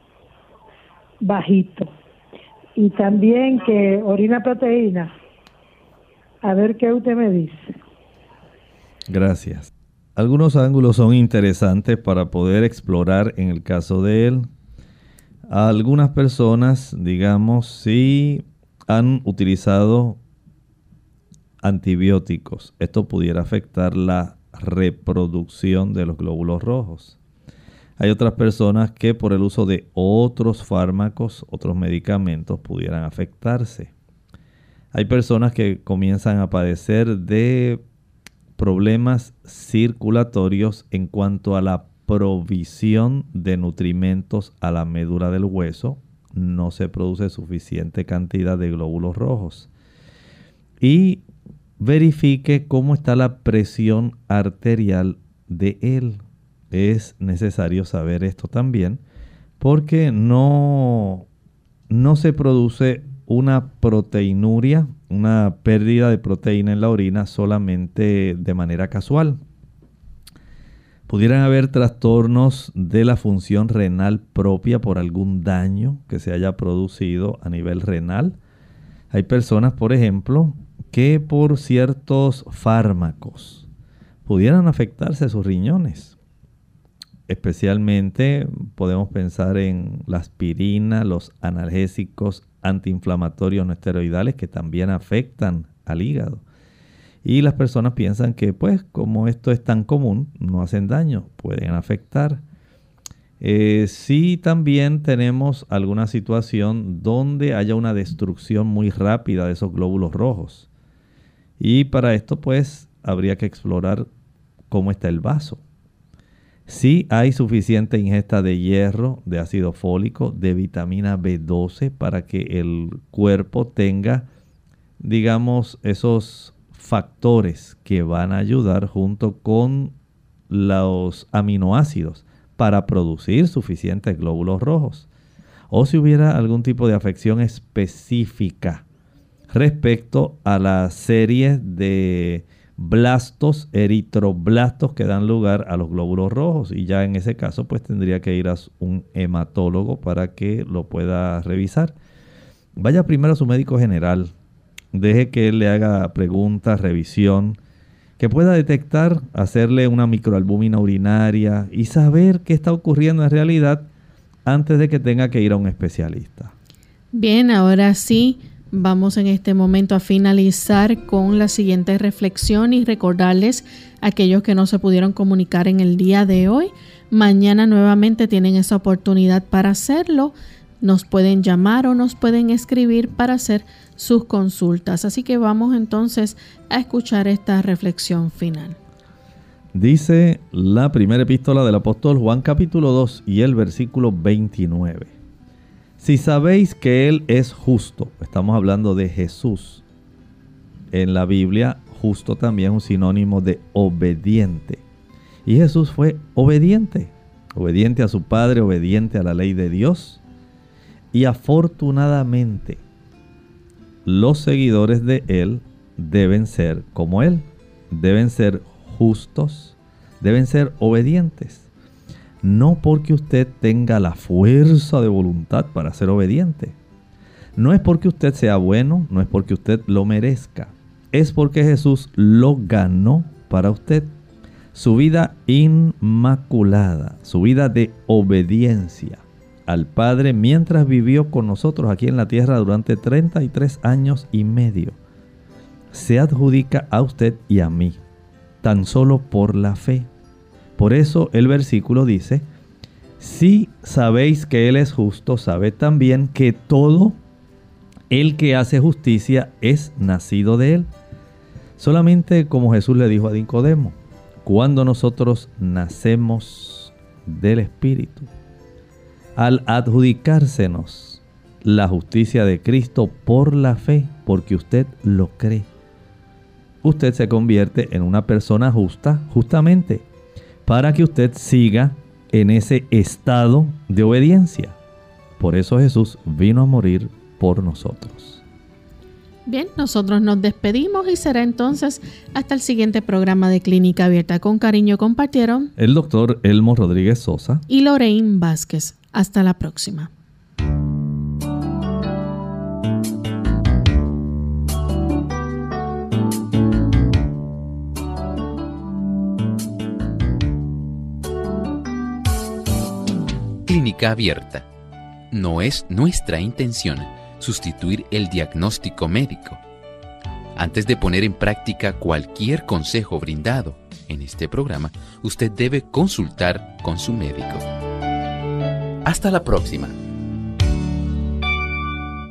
bajito. Y también que orina proteína. A ver qué usted me dice. Gracias. Algunos ángulos son interesantes para poder explorar en el caso de él. Algunas personas, digamos, sí han utilizado antibióticos. Esto pudiera afectar la reproducción de los glóbulos rojos. Hay otras personas que por el uso de otros fármacos, otros medicamentos, pudieran afectarse. Hay personas que comienzan a padecer de problemas circulatorios en cuanto a la provisión de nutrimentos a la médula del hueso. No se produce suficiente cantidad de glóbulos rojos. Y verifique cómo está la presión arterial de él. Es necesario saber esto también porque no se produce una proteinuria, una pérdida de proteína en la orina solamente de manera casual. Pudieran haber trastornos de la función renal propia por algún daño que se haya producido a nivel renal. Hay personas, por ejemplo, que por ciertos fármacos pudieran afectarse sus riñones. Especialmente podemos pensar en la aspirina, los analgésicos antiinflamatorios no esteroidales que también afectan al hígado. Y las personas piensan que pues como esto es tan común, no hacen daño, pueden afectar. Sí, también tenemos alguna situación donde haya una destrucción muy rápida de esos glóbulos rojos. Y para esto pues habría que explorar cómo está el vaso. Sí hay suficiente ingesta de hierro, de ácido fólico, de vitamina B12 para que el cuerpo tenga, digamos, esos factores que van a ayudar junto con los aminoácidos para producir suficientes glóbulos rojos. O si hubiera algún tipo de afección específica respecto a la serie de blastos, eritroblastos que dan lugar a los glóbulos rojos. Y ya en ese caso pues tendría que ir a un hematólogo para que lo pueda revisar. Vaya primero a su médico general. Deje que él le haga preguntas, revisión, que pueda detectar, hacerle una microalbúmina urinaria y saber qué está ocurriendo en realidad antes de que tenga que ir a un especialista. Bien, ahora sí, vamos en este momento a finalizar con la siguiente reflexión y recordarles a aquellos que no se pudieron comunicar en el día de hoy, mañana nuevamente tienen esa oportunidad para hacerlo. Nos pueden llamar o nos pueden escribir para hacer sus consultas. Así que vamos entonces a escuchar esta reflexión final. Dice la primera epístola del apóstol Juan capítulo 2 y el versículo 29. Si sabéis que Él es justo, estamos hablando de Jesús. En la Biblia, justo también es un sinónimo de obediente. Y Jesús fue obediente. Obediente a su Padre, obediente a la ley de Dios. Y afortunadamente, los seguidores de Él deben ser como Él. Deben ser justos, deben ser obedientes. No porque usted tenga la fuerza de voluntad para ser obediente. No es porque usted sea bueno, no es porque usted lo merezca. Es porque Jesús lo ganó para usted. Su vida inmaculada, su vida de obediencia al Padre mientras vivió con nosotros aquí en la tierra durante 33 años y medio, se adjudica a usted y a mí, tan solo por la fe. Por eso el versículo dice, si sabéis que Él es justo, sabed también que todo el que hace justicia es nacido de Él. Solamente como Jesús le dijo a Nicodemo, cuando nosotros nacemos del Espíritu, al adjudicársenos la justicia de Cristo por la fe, porque usted lo cree, usted se convierte en una persona justa, justamente para que usted siga en ese estado de obediencia. Por eso Jesús vino a morir por nosotros. Bien, nosotros nos despedimos y será entonces hasta el siguiente programa de Clínica Abierta. Con cariño compartieron el doctor Elmo Rodríguez Sosa y Lorraine Vázquez. Hasta la próxima. Clínica Abierta. No es nuestra intención sustituir el diagnóstico médico. Antes de poner en práctica cualquier consejo brindado en este programa, usted debe consultar con su médico. Hasta la próxima.